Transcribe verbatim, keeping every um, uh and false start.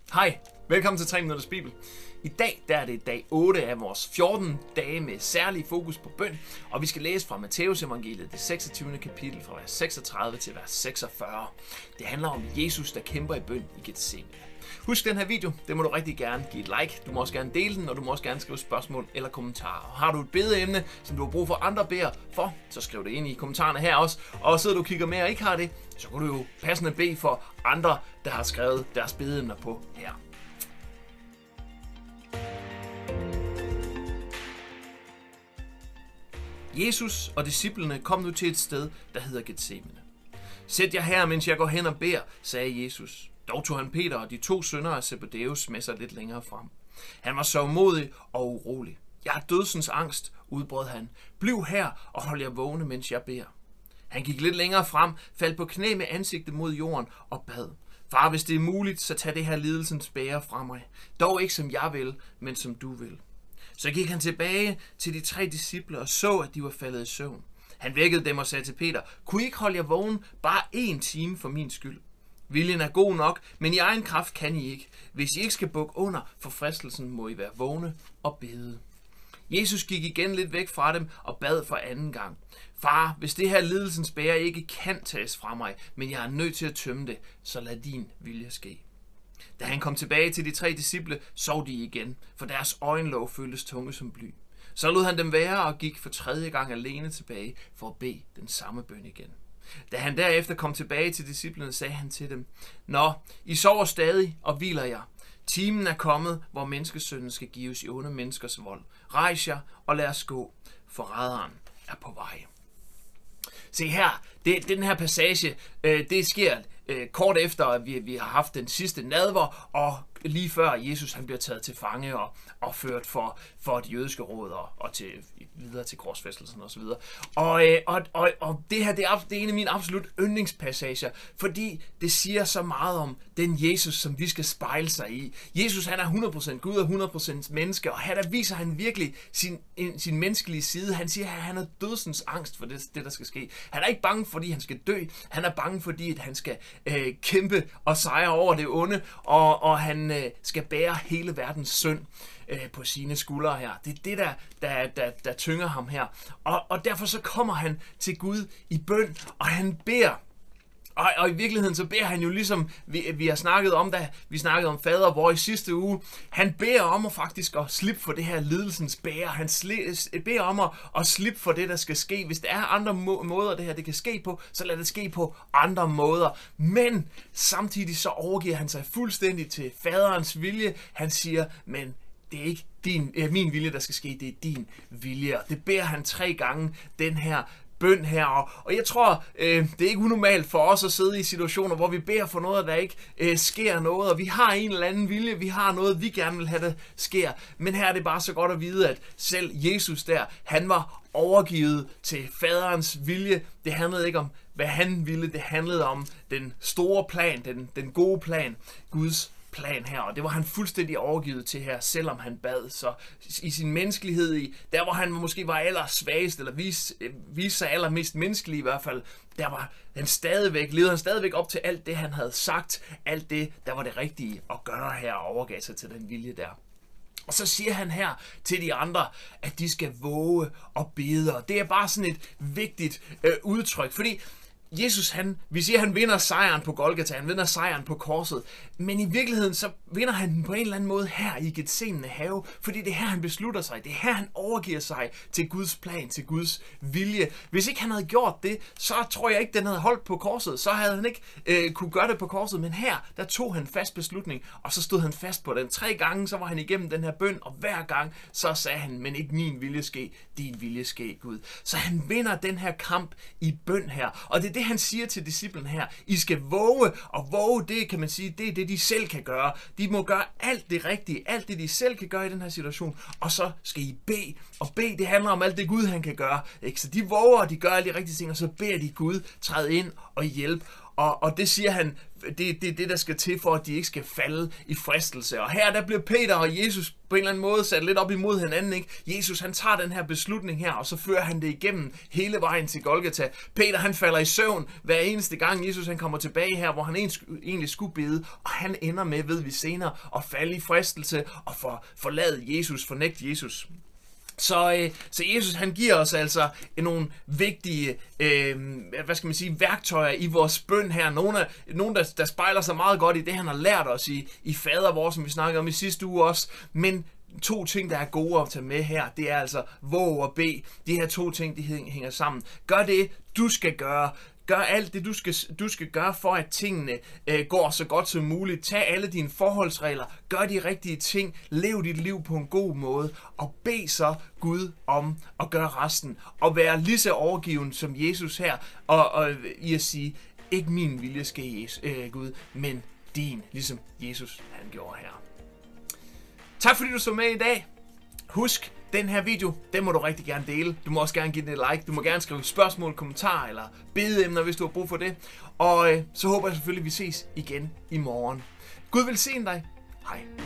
Hej, velkommen til tre minutters Bibel. I dag der er det dag otte af vores fjorten dage med særlig fokus på bøn, og vi skal læse fra Matteus evangeliet, det seksogtyvende kapitel, fra vers seksogtredive til vers seksogfyrre. Det handler om Jesus, der kæmper i bøn i Getsemane. Husk den her video, det må du rigtig gerne give et like, du må også gerne dele den, og du må også gerne skrive spørgsmål eller kommentarer. Og har du et bedeemne, som du har brug for andre beder for, så skriv det ind i kommentarerne her også. Og sidder du og kigger med og ikke har det, så kan du jo passende bede for andre, der har skrevet deres bedeemner på her. Jesus og disciplene kom nu til et sted, der hedder Getsemane. Sæt jer her, mens jeg går hen og beder, sagde Jesus. Dog tog han Peter og de to sønner af Zebedeus med sig lidt længere frem. Han var sørgmodig og urolig. Jeg har dødsens angst, udbrød han. Bliv her og hold jer vågne, mens jeg beder. Han gik lidt længere frem, faldt på knæ med ansigtet mod jorden og bad. Far, hvis det er muligt, så tag det her lidelsens bære fra mig. Dog ikke som jeg vil, men som du vil. Så gik han tilbage til de tre disciple og så, at de var faldet i søvn. Han vækkede dem og sagde til Peter, kunne I ikke holde jer vågen bare en time for min skyld? Viljen er god nok, men i egen kraft kan I ikke. Hvis I ikke skal bukke under for fristelsen, må I være vågne og bede. Jesus gik igen lidt væk fra dem og bad for anden gang. Far, hvis det her lidelsens bære ikke kan tages fra mig, men jeg er nødt til at tømme det, så lad din vilje ske. Da han kom tilbage til de tre disciple, sov de igen, for deres øjenlåg føltes tunge som bly. Så lod han dem være og gik for tredje gang alene tilbage for at bede den samme bøn igen. Da han derefter kom tilbage til disciplene, sagde han til dem, Nå, I sover stadig og hviler jer. Timen er kommet, hvor menneskesønnen skal gives i onde menneskers vold. Rejs jer og lad os gå, forræderen er på vej. Se her, det, den her passage, øh, det sker øh, kort efter, at vi, vi har haft den sidste nadver, og lige før Jesus han bliver taget til fange og, og ført for, for de jødiske råd og, og til, videre til korsfæstelsen osv. Og, øh, og, og, og det her det er, det er en af mine absolut yndlingspassager, fordi det siger så meget om den Jesus, som vi skal spejle sig i. Jesus han er hundrede procent Gud og hundrede procent menneske, og her der viser han virkelig sin, sin menneskelige side. Han siger, at han har dødsens angst for det, det, der skal ske. Han er ikke bange, fordi han skal dø. Han er bange, fordi at han skal øh, kæmpe og sejre over det onde, og, og han øh, skal bære hele verdens synd øh, på sine skuldre her. Det er det, der, der, der, der tynger ham her. Og, og derfor så kommer han til Gud i bøn, og han beder. Og, og i virkeligheden så beder han jo ligesom, vi, vi har snakket om, da vi snakkede om fader, hvor i sidste uge, han beder om at faktisk at slippe for det her lidelsens bære. Han sli, beder om at, at slippe for det, der skal ske. Hvis der er andre må, måder, det her det kan ske på, så lad det ske på andre måder. Men samtidig så overgiver han sig fuldstændig til faderens vilje. Han siger, men det er ikke din, øh, min vilje, der skal ske, det er din vilje. Og det beder han tre gange, den her bøn her, og, og jeg tror, øh, det er ikke unormalt for os at sidde i situationer, hvor vi beder for noget, der ikke øh, sker noget, og vi har en eller anden vilje, vi har noget, vi gerne vil have, der sker. Men her er det bare så godt at vide, at selv Jesus der, han var overgivet til faderens vilje. Det handlede ikke om, hvad han ville, det handlede om den store plan, den, den gode plan, Guds plan her, og det var han fuldstændig overgivet til her, selvom han bad. Så i sin menneskelighed, i der hvor han måske var allersvagest, eller viste, viste sig allermest menneskelig i hvert fald, der var han stadigvæk, levede han stadigvæk op til alt det, han havde sagt, alt det, der var det rigtige at gøre her, og overgav sig til den vilje der. Og så siger han her til de andre, at de skal våge og bede, og det er bare sådan et vigtigt øh, udtryk, fordi Jesus, han, vi siger, han vinder sejren på Golgata, han vinder sejren på korset, men i virkeligheden så vinder han den på en eller anden måde her i Getsemane have, fordi det er her, han beslutter sig, det er her, han overgiver sig til Guds plan, til Guds vilje. Hvis ikke han havde gjort det, så tror jeg ikke, den havde holdt på korset, så havde han ikke øh, kunne gøre det på korset, men her, der tog han fast beslutning, og så stod han fast på den. Tre gange, så var han igennem den her bøn, og hver gang, så sagde han, men ikke min vilje ske, din vilje ske, Gud. Så han vinder den her kamp i bøn her, og det er det, han siger til disciplen her. I skal våge, og våge, det kan man sige, det er det, de selv kan gøre. De må gøre alt det rigtige, alt det, de selv kan gøre i den her situation, og så skal I bede. Og bede, det handler om alt det Gud, han kan gøre. Ikke? Så de våger, og de gør alle de rigtige ting, og så beder de Gud, træde ind og hjælpe. og, og det siger han, det, det er det, der skal til for, at de ikke skal falde i fristelse. Og her der bliver Peter og Jesus på en eller anden måde sat lidt op imod hinanden, ikke? Jesus, han tager den her beslutning her, og så fører han det igennem hele vejen til Golgata. Peter, han falder i søvn hver eneste gang Jesus han kommer tilbage her, hvor han egentlig skulle bede, og han ender med, ved vi senere, at falde i fristelse og for, forlade Jesus, fornægte Jesus. Så, øh, så Jesus, han giver os altså nogle vigtige, øh, hvad skal man sige, værktøjer i vores bøn her. Nogle, af, nogle der, der spejler sig meget godt i det, han har lært os i, i fader vor, som vi snakkede om i sidste uge også. Men to ting, der er gode at tage med her, det er altså våg og bed. De her to ting, de hænger sammen. Gør det, du skal gøre. Gør alt det, du skal, du skal gøre for, at tingene øh, går så godt som muligt. Tag alle dine forholdsregler. Gør de rigtige ting. Lev dit liv på en god måde. Og bed så Gud om at gøre resten. Og være lige så overgiven som Jesus her. Og, og i at sige, ikke min vilje skal Jesus, øh, Gud, men din. Ligesom Jesus han gjorde her. Tak fordi du så med i dag. Husk, den her video, den må du rigtig gerne dele. Du må også gerne give den et like. Du må gerne skrive spørgsmål, kommentarer eller bedeemner, hvis du har brug for det. Og øh, så håber jeg selvfølgelig, at vi ses igen i morgen. Gud velsigne dig. Hej.